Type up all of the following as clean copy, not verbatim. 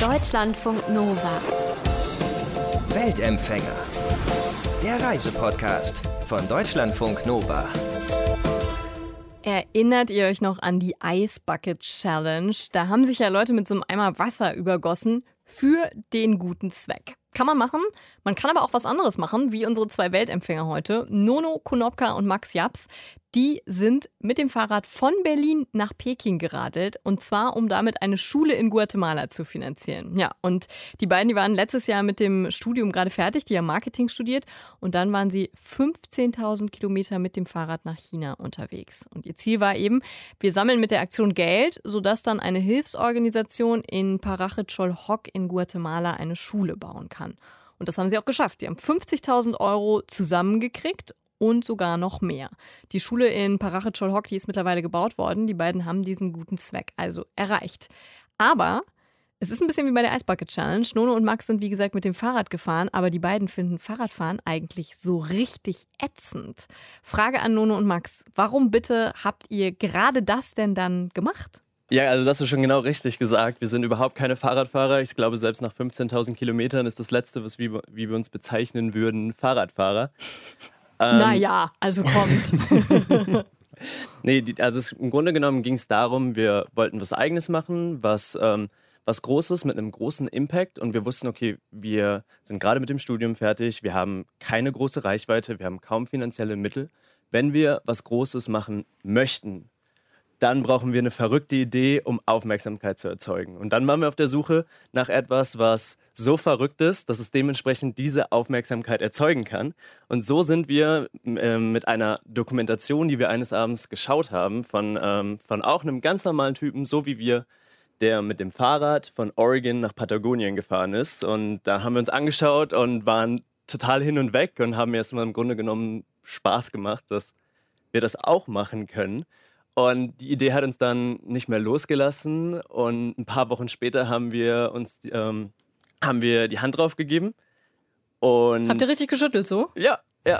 Deutschlandfunk Nova. Weltempfänger. Der Reisepodcast von Deutschlandfunk Nova. Erinnert ihr euch noch an die Ice Bucket Challenge? Da haben sich ja Leute mit so einem Eimer Wasser übergossen für den guten Zweck. Kann man machen. Man kann aber auch was anderes machen, wie unsere zwei Weltempfänger heute, Nono Konopka und Max Japs. Die sind mit dem Fahrrad von Berlin nach Peking geradelt, und zwar, um damit eine Schule in Guatemala zu finanzieren. Ja, und die beiden, die waren letztes Jahr mit dem Studium gerade fertig, die haben Marketing studiert, und dann waren sie 15.000 Kilometer mit dem Fahrrad nach China unterwegs. Und ihr Ziel war eben, wir sammeln mit der Aktion Geld, sodass dann eine Hilfsorganisation in Paraje-Cholhoc in Guatemala eine Schule bauen kann. Und das haben sie auch geschafft. Die haben 50.000 Euro zusammengekriegt und sogar noch mehr. Die Schule in Paraje-Cholhoc, die ist mittlerweile gebaut worden. Die beiden haben diesen guten Zweck also erreicht. Aber es ist ein bisschen wie bei der Ice Bucket Challenge. Nono und Max sind, wie gesagt, mit dem Fahrrad gefahren, aber die beiden finden Fahrradfahren eigentlich so richtig ätzend. Frage an Nono und Max: Warum bitte habt ihr gerade das denn dann gemacht? Ja, also das ist schon genau richtig gesagt. Wir sind überhaupt keine Fahrradfahrer. Ich glaube, selbst nach 15.000 Kilometern ist das Letzte, wie wir uns bezeichnen würden, Fahrradfahrer. Naja, also kommt. Nee, im Grunde genommen ging es darum, wir wollten was Eigenes machen, was Großes mit einem großen Impact, und wir wussten, okay, wir sind gerade mit dem Studium fertig, wir haben keine große Reichweite, wir haben kaum finanzielle Mittel. Wenn wir was Großes machen möchten, dann brauchen wir eine verrückte Idee, um Aufmerksamkeit zu erzeugen. Und dann waren wir auf der Suche nach etwas, was so verrückt ist, dass es dementsprechend diese Aufmerksamkeit erzeugen kann. Und so sind wir mit einer Dokumentation, die wir eines Abends geschaut haben, von auch einem ganz normalen Typen, so wie wir, der mit dem Fahrrad von Oregon nach Patagonien gefahren ist. Und da haben wir uns angeschaut und waren total hin und weg und haben erstmal im Grunde genommen Spaß gemacht, dass wir das auch machen können. Und die Idee hat uns dann nicht mehr losgelassen, und ein paar Wochen später haben wir die Hand drauf gegeben. Und Habt ihr richtig geschüttelt so? Ja.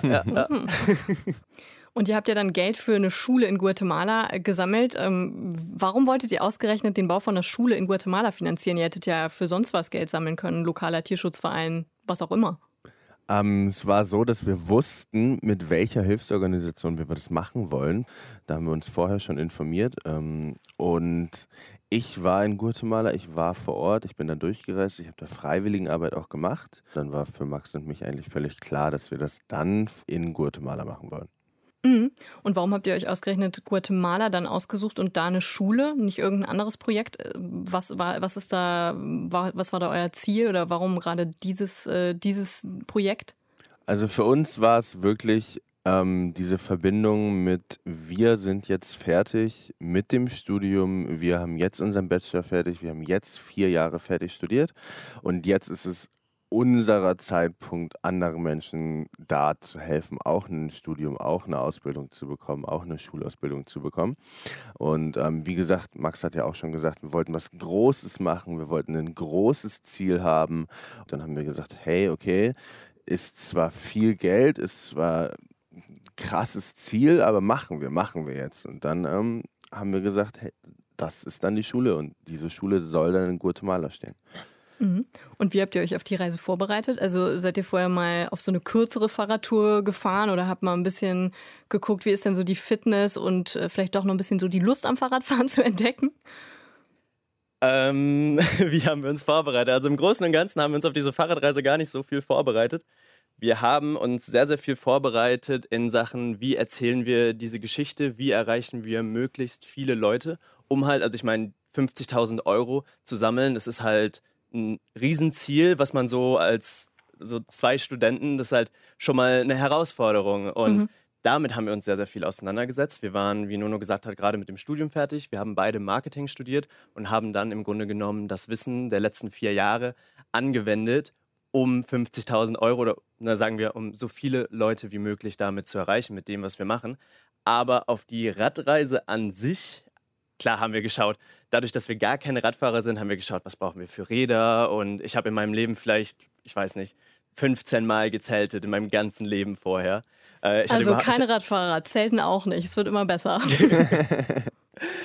Und ihr habt ja dann Geld für eine Schule in Guatemala gesammelt. Warum wolltet ihr ausgerechnet den Bau von einer Schule in Guatemala finanzieren? Ihr hättet ja für sonst was Geld sammeln können, lokaler Tierschutzverein, was auch immer. Es war so, dass wir wussten, mit welcher Hilfsorganisation wir das machen wollen. Da haben wir uns vorher schon informiert. Und ich war in Guatemala, ich war vor Ort, ich bin da durchgereist, ich habe da Freiwilligenarbeit auch gemacht. Dann war für Max und mich eigentlich völlig klar, dass wir das dann in Guatemala machen wollen. Mhm. Und warum habt ihr euch ausgerechnet Guatemala dann ausgesucht und da eine Schule, nicht irgendein anderes Projekt? Was war da euer Ziel, oder warum gerade dieses Projekt? Also für uns war es wirklich diese Verbindung mit: Wir sind jetzt fertig mit dem Studium, wir haben jetzt unseren Bachelor fertig, wir haben jetzt 4 Jahre fertig studiert, und jetzt ist es unserer Zeitpunkt, anderen Menschen da zu helfen, auch ein Studium, auch eine Ausbildung zu bekommen, auch eine Schulausbildung zu bekommen. Und wie gesagt, Max hat ja auch schon gesagt, wir wollten was Großes machen, wir wollten ein großes Ziel haben. Und dann haben wir gesagt, hey, okay, ist zwar viel Geld, ist zwar ein krasses Ziel, aber machen wir jetzt. Und dann haben wir gesagt, hey, das ist dann die Schule, und diese Schule soll dann in Guatemala stehen. Und wie habt ihr euch auf die Reise vorbereitet? Also seid ihr vorher mal auf so eine kürzere Fahrradtour gefahren oder habt mal ein bisschen geguckt, wie ist denn so die Fitness und vielleicht doch noch ein bisschen so die Lust am Fahrradfahren zu entdecken? Wie haben wir uns vorbereitet? Also im Großen und Ganzen haben wir uns auf diese Fahrradreise gar nicht so viel vorbereitet. Wir haben uns sehr, sehr viel vorbereitet in Sachen, wie erzählen wir diese Geschichte, wie erreichen wir möglichst viele Leute, um halt, also ich meine, 50.000 Euro zu sammeln, das ist halt ein Riesenziel, was man so als so 2 Studenten, das ist halt schon mal eine Herausforderung. Und damit haben wir uns sehr, sehr viel auseinandergesetzt. Wir waren, wie Nono gesagt hat, gerade mit dem Studium fertig. Wir haben beide Marketing studiert und haben dann im Grunde genommen das Wissen der letzten 4 Jahre angewendet, um 50.000 Euro oder sagen wir, um so viele Leute wie möglich damit zu erreichen mit dem, was wir machen. Aber auf die Radreise an sich, klar haben wir geschaut, dadurch, dass wir gar keine Radfahrer sind, haben wir geschaut, was brauchen wir für Räder. Und ich habe in meinem Leben vielleicht, ich weiß nicht, 15 Mal gezeltet in meinem ganzen Leben vorher. Also keine Radfahrer, zelten auch nicht, es wird immer besser.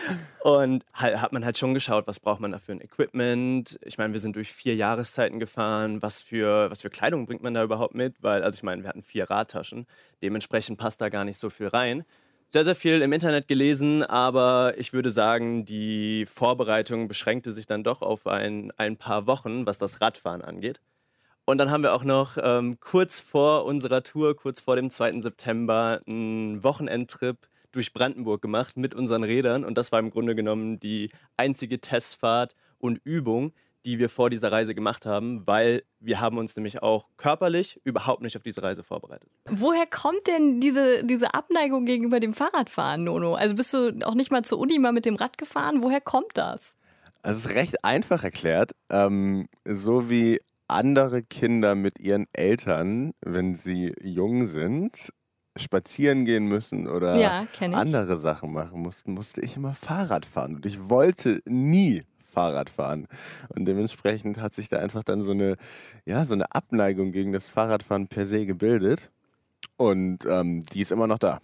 Und hat man halt schon geschaut, was braucht man da für ein Equipment. Ich meine, wir sind durch 4 Jahreszeiten gefahren. Was für Kleidung bringt man da überhaupt mit? Weil, also ich meine, wir hatten 4 Radtaschen. Dementsprechend passt da gar nicht so viel rein. Sehr, sehr viel im Internet gelesen, aber ich würde sagen, die Vorbereitung beschränkte sich dann doch auf ein paar Wochen, was das Radfahren angeht. Und dann haben wir auch noch kurz vor unserer Tour, kurz vor dem 2. September, einen Wochenendtrip durch Brandenburg gemacht mit unseren Rädern. Und das war im Grunde genommen die einzige Testfahrt und Übung, die wir vor dieser Reise gemacht haben, weil wir haben uns nämlich auch körperlich überhaupt nicht auf diese Reise vorbereitet. Woher kommt denn diese Abneigung gegenüber dem Fahrradfahren, Nono? Also bist du auch nicht mal zur Uni mal mit dem Rad gefahren? Woher kommt das? Also es ist recht einfach erklärt. So wie andere Kinder mit ihren Eltern, wenn sie jung sind, spazieren gehen müssen oder andere Sachen machen musste ich immer Fahrrad fahren. Und ich wollte nie Fahrrad fahren. Und dementsprechend hat sich da einfach dann so eine Abneigung gegen das Fahrradfahren per se gebildet. Und die ist immer noch da.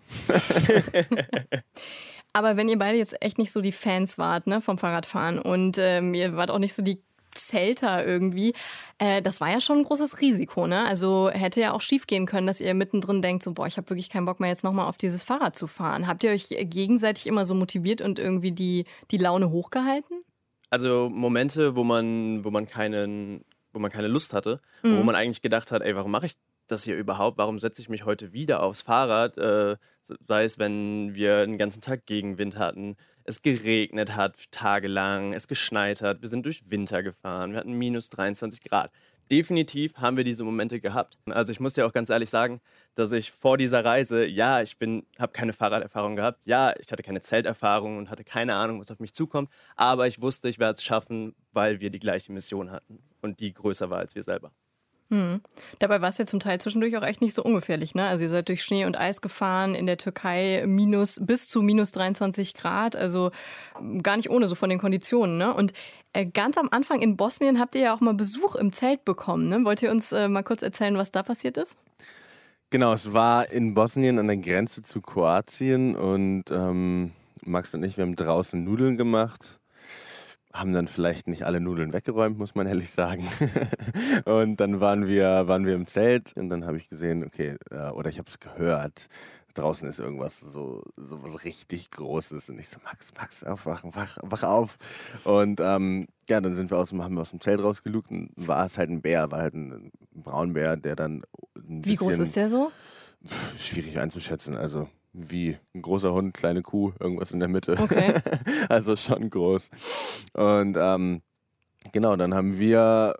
Aber wenn ihr beide jetzt echt nicht so die Fans wart, ne, vom Fahrradfahren und ihr wart auch nicht so die Zelter irgendwie, das war ja schon ein großes Risiko, ne? Also hätte ja auch schief gehen können, dass ihr mittendrin denkt, so, boah, ich habe wirklich keinen Bock mehr jetzt nochmal auf dieses Fahrrad zu fahren. Habt ihr euch gegenseitig immer so motiviert und irgendwie die Laune hochgehalten? Also Momente, wo man keine Lust hatte, wo man eigentlich gedacht hat, ey, warum mache ich das hier überhaupt? Warum setze ich mich heute wieder aufs Fahrrad? Sei es, wenn wir einen ganzen Tag Gegenwind hatten, es geregnet hat tagelang, es geschneit hat, wir sind durch Winter gefahren, wir hatten minus 23 Grad. Definitiv haben wir diese Momente gehabt. Also ich muss dir auch ganz ehrlich sagen, dass ich vor dieser Reise, habe keine Fahrraderfahrung gehabt, ich hatte keine Zelterfahrung und hatte keine Ahnung, was auf mich zukommt, aber ich wusste, ich werde es schaffen, weil wir die gleiche Mission hatten und die größer war als wir selber. Dabei war es ja zum Teil zwischendurch auch echt nicht so ungefährlich, ne? Also ihr seid durch Schnee und Eis gefahren, in der Türkei bis zu minus 23 Grad, also gar nicht ohne so von den Konditionen, ne? Und ganz am Anfang in Bosnien habt ihr ja auch mal Besuch im Zelt bekommen, ne? Wollt ihr uns mal kurz erzählen, was da passiert ist? Genau, es war in Bosnien an der Grenze zu Kroatien und Max und ich, wir haben draußen Nudeln gemacht. Haben dann vielleicht nicht alle Nudeln weggeräumt, muss man ehrlich sagen. Und dann waren wir im Zelt und dann habe ich gesehen, okay, oder ich habe es gehört, draußen ist irgendwas so was richtig Großes. Und ich so, Max, aufwachen, wach auf. Und dann haben wir aus dem Zelt rausgelugt und war es halt ein Bär, war halt ein Braunbär, der dann Wie groß ist der so? Schwierig einzuschätzen, also wie ein großer Hund, kleine Kuh, irgendwas in der Mitte. Okay. Also schon groß. Und genau, dann haben wir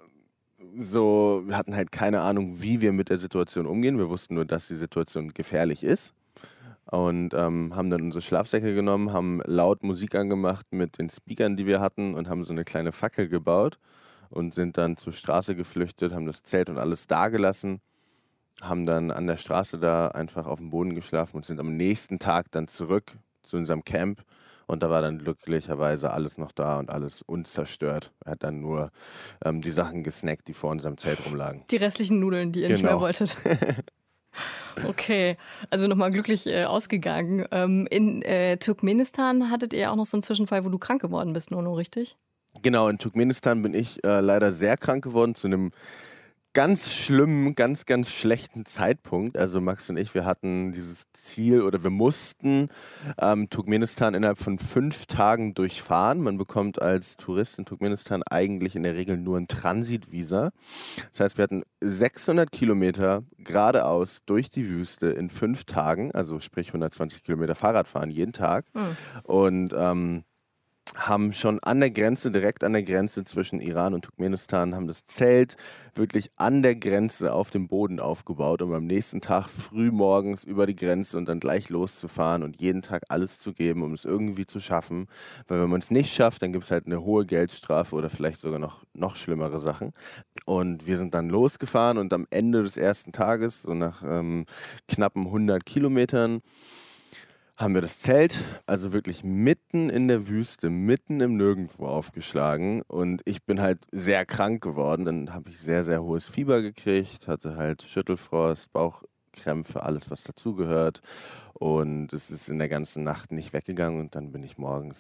hatten halt keine Ahnung, wie wir mit der Situation umgehen. Wir wussten nur, dass die Situation gefährlich ist. Und haben dann unsere Schlafsäcke genommen, haben laut Musik angemacht mit den Speakern, die wir hatten und haben so eine kleine Fackel gebaut und sind dann zur Straße geflüchtet, haben das Zelt und alles da gelassen. Haben dann an der Straße da einfach auf dem Boden geschlafen und sind am nächsten Tag dann zurück zu unserem Camp. Und da war dann glücklicherweise alles noch da und alles unzerstört. Er hat dann nur die Sachen gesnackt, die vor unserem Zelt rumlagen. Die restlichen Nudeln, die ihr nicht mehr wolltet. Okay, also nochmal glücklich ausgegangen. In Turkmenistan hattet ihr auch noch so einen Zwischenfall, wo du krank geworden bist, Nono, richtig? Genau, in Turkmenistan bin ich leider sehr krank geworden zu einem ganz schlimmen, ganz, ganz schlechten Zeitpunkt. Also Max und ich, wir hatten dieses Ziel oder wir mussten Turkmenistan innerhalb von 5 Tagen durchfahren. Man bekommt als Tourist in Turkmenistan eigentlich in der Regel nur ein Transitvisa. Das heißt, wir hatten 600 Kilometer geradeaus durch die Wüste in 5 Tagen, also sprich 120 Kilometer Fahrradfahren jeden Tag. Und haben schon direkt an der Grenze zwischen Iran und Turkmenistan, haben das Zelt wirklich an der Grenze auf dem Boden aufgebaut, um am nächsten Tag früh morgens über die Grenze und dann gleich loszufahren und jeden Tag alles zu geben, um es irgendwie zu schaffen. Weil wenn man es nicht schafft, dann gibt es halt eine hohe Geldstrafe oder vielleicht sogar noch schlimmere Sachen. Und wir sind dann losgefahren und am Ende des ersten Tages, so nach knappen 100 Kilometern, haben wir das Zelt, also wirklich mitten in der Wüste, mitten im Nirgendwo aufgeschlagen und ich bin halt sehr krank geworden. Dann habe ich sehr, sehr hohes Fieber gekriegt, hatte halt Schüttelfrost, Bauchkrämpfe, alles was dazugehört und es ist in der ganzen Nacht nicht weggegangen und dann bin ich morgens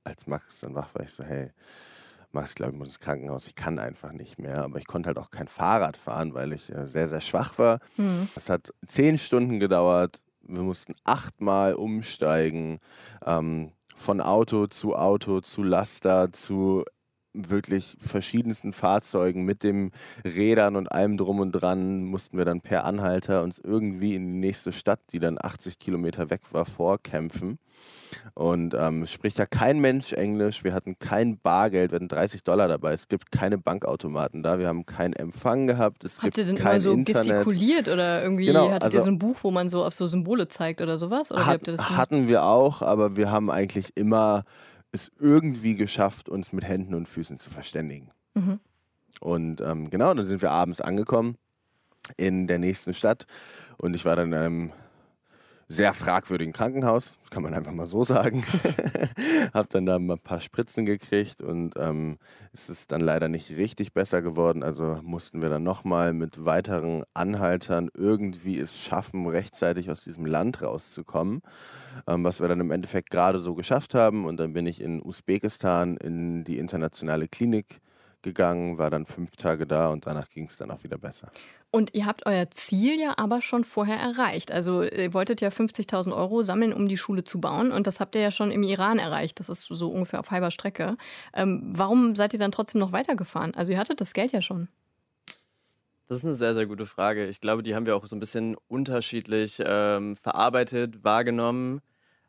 als Max dann wach war, ich so, hey, Max, ich glaube, ich muss ins Krankenhaus, ich kann einfach nicht mehr. Aber ich konnte halt auch kein Fahrrad fahren, weil ich sehr, sehr schwach war. Es hat 10 Stunden gedauert. Wir mussten 8-mal umsteigen, von Auto zu Laster, zu wirklich verschiedensten Fahrzeugen mit den Rädern und allem drum und dran mussten wir dann per Anhalter uns irgendwie in die nächste Stadt, die dann 80 Kilometer weg war, vorkämpfen. Und es spricht ja kein Mensch Englisch, wir hatten kein Bargeld, wir hatten $30 dabei, es gibt keine Bankautomaten da, wir haben keinen Empfang gehabt, es Habt gibt ihr denn kein immer so Internet. gestikuliert oder irgendwie Genau, hattet ihr so ein Buch, wo man so auf so Symbole zeigt oder sowas? Oder wie habt ihr das gemacht? Hatten wir auch, aber wir haben eigentlich immer es irgendwie geschafft, uns mit Händen und Füßen zu verständigen. Und genau, dann sind wir abends angekommen in der nächsten Stadt und ich war dann in einem sehr fragwürdigen Krankenhaus, kann man einfach mal so sagen. Hab dann da mal ein paar Spritzen gekriegt und es ist dann leider nicht richtig besser geworden. Also mussten wir dann nochmal mit weiteren Anhaltern irgendwie es schaffen, rechtzeitig aus diesem Land rauszukommen. Was wir dann im Endeffekt gerade so geschafft haben. Und dann bin ich in Usbekistan in die internationale Klinik gegangen, war dann 5 Tage da und danach ging es dann auch wieder besser. Und ihr habt euer Ziel ja aber schon vorher erreicht. Also ihr wolltet ja 50.000 Euro sammeln, um die Schule zu bauen. Und das habt ihr ja schon im Iran erreicht. Das ist so ungefähr auf halber Strecke. Warum seid ihr dann trotzdem noch weitergefahren? Also ihr hattet das Geld ja schon. Das ist eine sehr, sehr gute Frage. Ich glaube, die haben wir auch so ein bisschen unterschiedlich verarbeitet, wahrgenommen.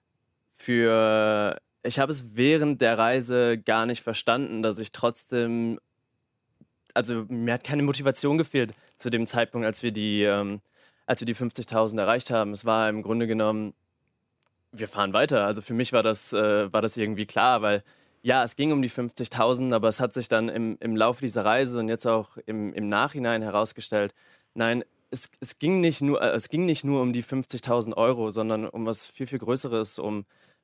Ich habe es während der Reise gar nicht verstanden, dass ich trotzdem, also mir hat keine Motivation gefehlt zu dem Zeitpunkt, als wir die 50.000 erreicht haben. Es war im Grunde genommen, wir fahren weiter. Also für mich war das irgendwie klar, weil ja, es ging um die 50.000, aber es hat sich dann im Laufe dieser Reise und jetzt auch im Nachhinein herausgestellt, nein, es ging nicht nur um die 50.000 Euro, sondern um was viel, viel Größeres, um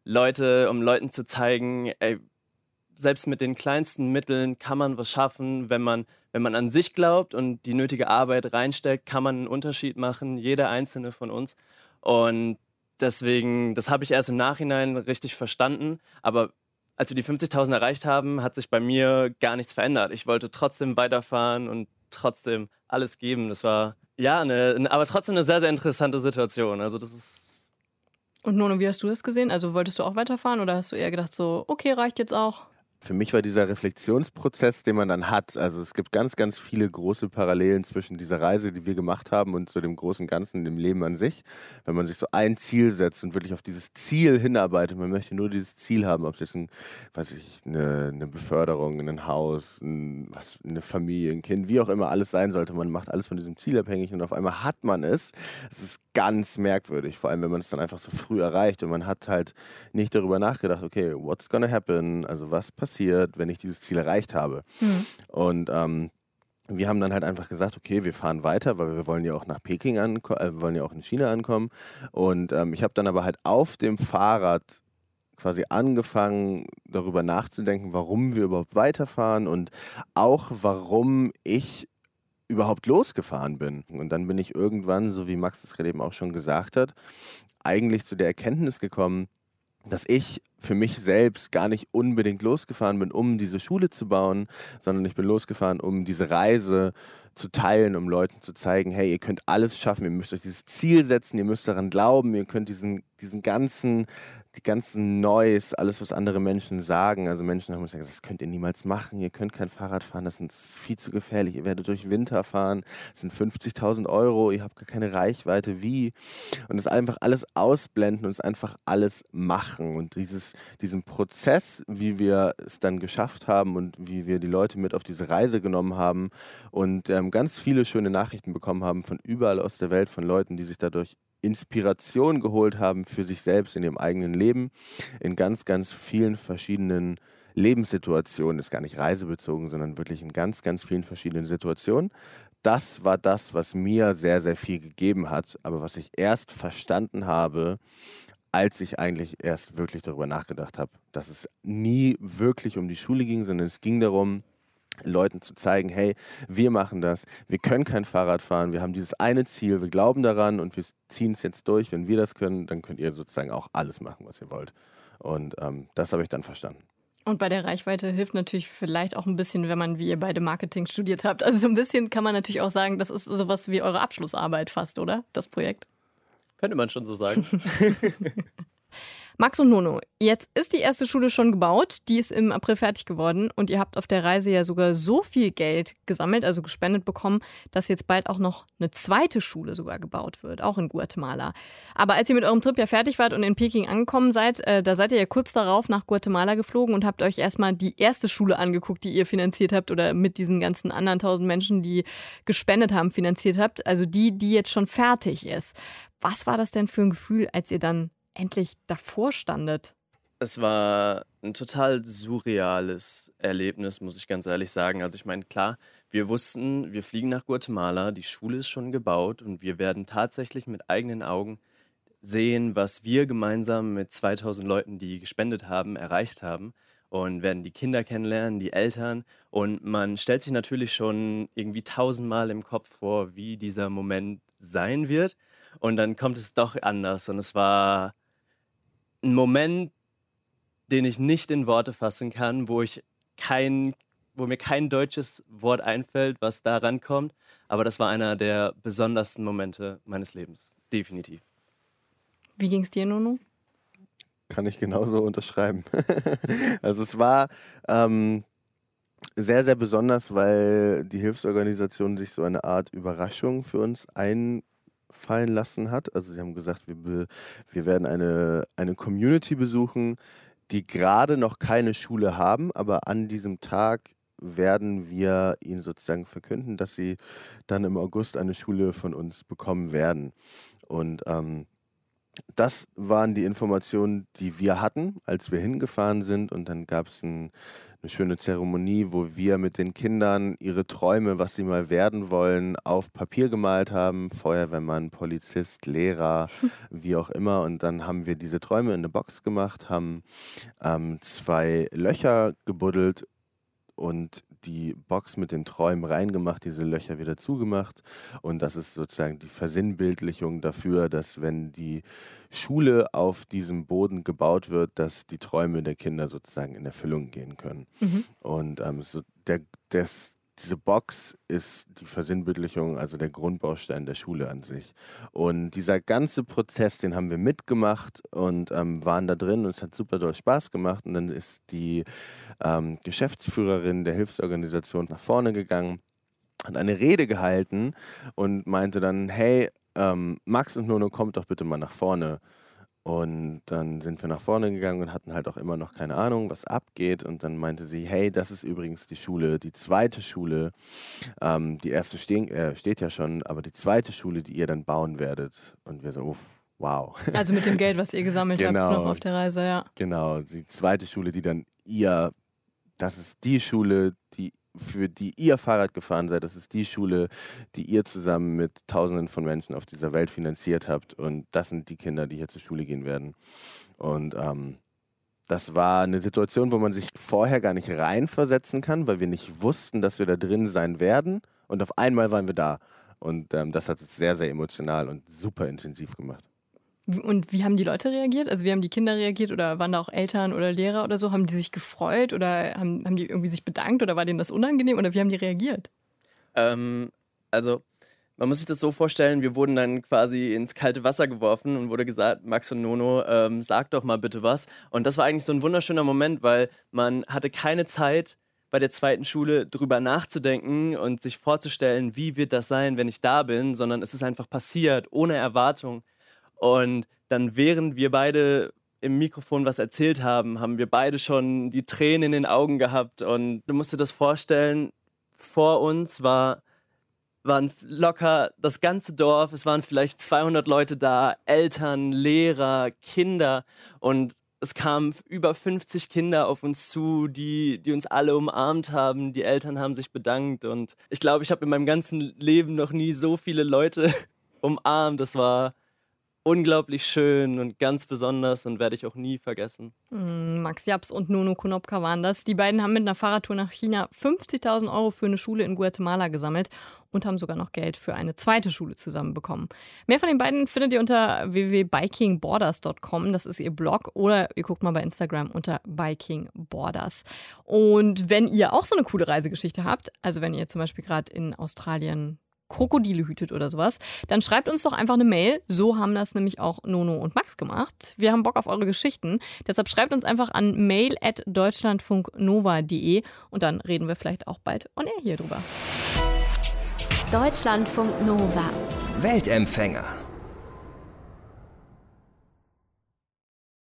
Leuten zu zeigen, ey, selbst mit den kleinsten Mitteln kann man was schaffen. Wenn man an sich glaubt und die nötige Arbeit reinsteckt, kann man einen Unterschied machen, jeder einzelne von uns. Und deswegen, das habe ich erst im Nachhinein richtig verstanden. Aber als wir die 50.000 erreicht haben, hat sich bei mir gar nichts verändert. Ich wollte trotzdem weiterfahren und trotzdem alles geben. Das war ja aber trotzdem eine sehr, sehr interessante Situation. Also das ist. Und Nono, wie hast du das gesehen? Also wolltest du auch weiterfahren oder hast du eher gedacht so, okay, reicht jetzt auch? Für mich war dieser Reflexionsprozess, den man dann hat, also es gibt ganz, ganz viele große Parallelen zwischen dieser Reise, die wir gemacht haben und so dem großen Ganzen, dem Leben an sich. Wenn man sich so ein Ziel setzt und wirklich auf dieses Ziel hinarbeitet, man möchte nur dieses Ziel haben, ob es jetzt eine Beförderung, ein Haus, eine Familie, ein Kind, wie auch immer alles sein sollte, man macht alles von diesem Ziel abhängig und auf einmal hat man es. Es ist ganz merkwürdig, vor allem wenn man es dann einfach so früh erreicht und man hat halt nicht darüber nachgedacht, okay, what's gonna happen, also was passiert, wenn ich dieses Ziel erreicht habe. Und wir haben dann halt einfach gesagt, okay, wir fahren weiter, weil wir wollen ja auch nach Peking wir wollen ja auch in China ankommen. Und ich habe dann aber halt auf dem Fahrrad quasi angefangen, darüber nachzudenken, warum wir überhaupt weiterfahren und auch warum ich überhaupt losgefahren bin. Und dann bin ich irgendwann, so wie Max das gerade eben auch schon gesagt hat, eigentlich zu der Erkenntnis gekommen, dass ich für mich selbst gar nicht unbedingt losgefahren bin, um diese Schule zu bauen, sondern ich bin losgefahren, um diese Reise zu teilen, um Leuten zu zeigen, hey, ihr könnt alles schaffen, ihr müsst euch dieses Ziel setzen, ihr müsst daran glauben, ihr könnt die ganzen Noise, alles, was andere Menschen sagen, also Menschen haben uns gesagt, das könnt ihr niemals machen, ihr könnt kein Fahrrad fahren, das ist viel zu gefährlich, ihr werdet durch Winter fahren, das sind 50.000 Euro, ihr habt gar keine Reichweite, wie? Und das einfach alles ausblenden und es einfach alles machen und diesen Prozess, wie wir es dann geschafft haben und wie wir die Leute mit auf diese Reise genommen haben und ganz viele schöne Nachrichten bekommen haben von überall aus der Welt, von Leuten, die sich dadurch Inspiration geholt haben für sich selbst in ihrem eigenen Leben, in ganz, ganz vielen verschiedenen Lebenssituationen, ist gar nicht reisebezogen, sondern wirklich in ganz, ganz vielen verschiedenen Situationen. Das war das, was mir sehr, sehr viel gegeben hat, aber was ich erst verstanden habe, als ich eigentlich erst wirklich darüber nachgedacht habe, dass es nie wirklich um die Schule ging, sondern es ging darum, Leuten zu zeigen, hey, wir machen das, wir können kein Fahrrad fahren, wir haben dieses eine Ziel, wir glauben daran und wir ziehen es jetzt durch. Wenn wir das können, dann könnt ihr sozusagen auch alles machen, was ihr wollt. Und das habe ich dann verstanden. Und bei der Reichweite hilft natürlich vielleicht auch ein bisschen, wenn man wie ihr beide Marketing studiert habt. Also so ein bisschen kann man natürlich auch sagen, das ist sowas wie eure Abschlussarbeit fast, oder? Das Projekt. Könnte man schon so sagen. Max und Nono, jetzt ist die erste Schule schon gebaut, die ist im April fertig geworden und ihr habt auf der Reise ja sogar so viel Geld gesammelt, also gespendet bekommen, dass jetzt bald auch noch eine zweite Schule sogar gebaut wird, auch in Guatemala. Aber als ihr mit eurem Trip ja fertig wart und in Peking angekommen seid, da seid ihr ja kurz darauf nach Guatemala geflogen und habt euch erstmal die erste Schule angeguckt, die ihr finanziert habt oder mit diesen ganzen anderen 1000 Menschen, die gespendet haben, finanziert habt, also die jetzt schon fertig ist. Was war das denn für ein Gefühl, als ihr dann endlich davor standet? Es war ein total surreales Erlebnis, muss ich ganz ehrlich sagen. Also ich meine, klar, wir wussten, wir fliegen nach Guatemala, die Schule ist schon gebaut und wir werden tatsächlich mit eigenen Augen sehen, was wir gemeinsam mit 2000 Leuten, die gespendet haben, erreicht haben und werden die Kinder kennenlernen, die Eltern und man stellt sich natürlich schon irgendwie 1000-mal im Kopf vor, wie dieser Moment sein wird und dann kommt es doch anders und es war ein Moment, den ich nicht in Worte fassen kann, wo mir kein deutsches Wort einfällt, was da rankommt. Aber das war einer der besondersten Momente meines Lebens. Definitiv. Wie ging es dir, Nono? Kann ich genauso unterschreiben. Also es war sehr, sehr besonders, weil die Hilfsorganisation sich so eine Art Überraschung für uns einfallen lassen hat. Also sie haben gesagt, wir werden eine Community besuchen, die gerade noch keine Schule haben, aber an diesem Tag werden wir ihnen sozusagen verkünden, dass sie dann im August eine Schule von uns bekommen werden. Und das waren die Informationen, die wir hatten, als wir hingefahren sind. Und dann gab es eine schöne Zeremonie, wo wir mit den Kindern ihre Träume, was sie mal werden wollen, auf Papier gemalt haben. Feuerwehrmann, Polizist, Lehrer, wie auch immer. Und dann haben wir diese Träume in eine Box gemacht, haben 2 Löcher gebuddelt und die Box mit den Träumen reingemacht, diese Löcher wieder zugemacht. Und das ist sozusagen die Versinnbildlichung dafür, dass wenn die Schule auf diesem Boden gebaut wird, dass die Träume der Kinder sozusagen in Erfüllung gehen können. Und diese Box ist die Versinnbildlichung, also der Grundbaustein der Schule an sich. Und dieser ganze Prozess, den haben wir mitgemacht und waren da drin und es hat super doll Spaß gemacht. Und dann ist die Geschäftsführerin der Hilfsorganisation nach vorne gegangen, hat eine Rede gehalten und meinte dann, hey, Max und Nono, kommt doch bitte mal nach vorne. Und dann sind wir nach vorne gegangen und hatten halt auch immer noch keine Ahnung, was abgeht. Und dann meinte sie, hey, das ist übrigens die Schule, die zweite Schule. Die erste steht ja schon, aber die zweite Schule, die ihr dann bauen werdet. Und wir so, wow. Also mit dem Geld, was ihr gesammelt habt noch auf der Reise, ja. Genau, die zweite Schule, die dann das ist die Schule, für die ihr Fahrrad gefahren seid, das ist die Schule, die ihr zusammen mit Tausenden von Menschen auf dieser Welt finanziert habt und das sind die Kinder, die hier zur Schule gehen werden. Und das war eine Situation, wo man sich vorher gar nicht reinversetzen kann, weil wir nicht wussten, dass wir da drin sein werden und auf einmal waren wir da. Und das hat es sehr, sehr emotional und super intensiv gemacht. Und wie haben die Leute reagiert? Also wie haben die Kinder reagiert oder waren da auch Eltern oder Lehrer oder so? Haben die sich gefreut oder haben die irgendwie sich bedankt oder war denen das unangenehm oder wie haben die reagiert? Also man muss sich das so vorstellen, wir wurden dann quasi ins kalte Wasser geworfen und wurde gesagt, Max und Nono, sag doch mal bitte was. Und das war eigentlich so ein wunderschöner Moment, weil man hatte keine Zeit, bei der zweiten Schule drüber nachzudenken und sich vorzustellen, wie wird das sein, wenn ich da bin, sondern es ist einfach passiert, ohne Erwartung. Und dann, während wir beide im Mikrofon was erzählt haben, haben wir beide schon die Tränen in den Augen gehabt. Und du musst dir das vorstellen, vor uns waren locker das ganze Dorf, es waren vielleicht 200 Leute da, Eltern, Lehrer, Kinder. Und es kamen über 50 Kinder auf uns zu, die uns alle umarmt haben. Die Eltern haben sich bedankt. Und ich glaube, ich habe in meinem ganzen Leben noch nie so viele Leute umarmt. Das war unglaublich schön und ganz besonders und werde ich auch nie vergessen. Max Japs und Nono Konopka waren das. Die beiden haben mit einer Fahrradtour nach China 50.000 Euro für eine Schule in Guatemala gesammelt und haben sogar noch Geld für eine zweite Schule zusammenbekommen. Mehr von den beiden findet ihr unter www.bikingborders.com, das ist ihr Blog, oder ihr guckt mal bei Instagram unter bikingborders. Und wenn ihr auch so eine coole Reisegeschichte habt, also wenn ihr zum Beispiel gerade in Australien Krokodile hütet oder sowas, dann schreibt uns doch einfach eine Mail. So haben das nämlich auch Nono und Max gemacht. Wir haben Bock auf eure Geschichten. Deshalb schreibt uns einfach an mail@deutschlandfunknova.de und dann reden wir vielleicht auch bald on air hier drüber. Deutschlandfunk Nova. Weltempfänger.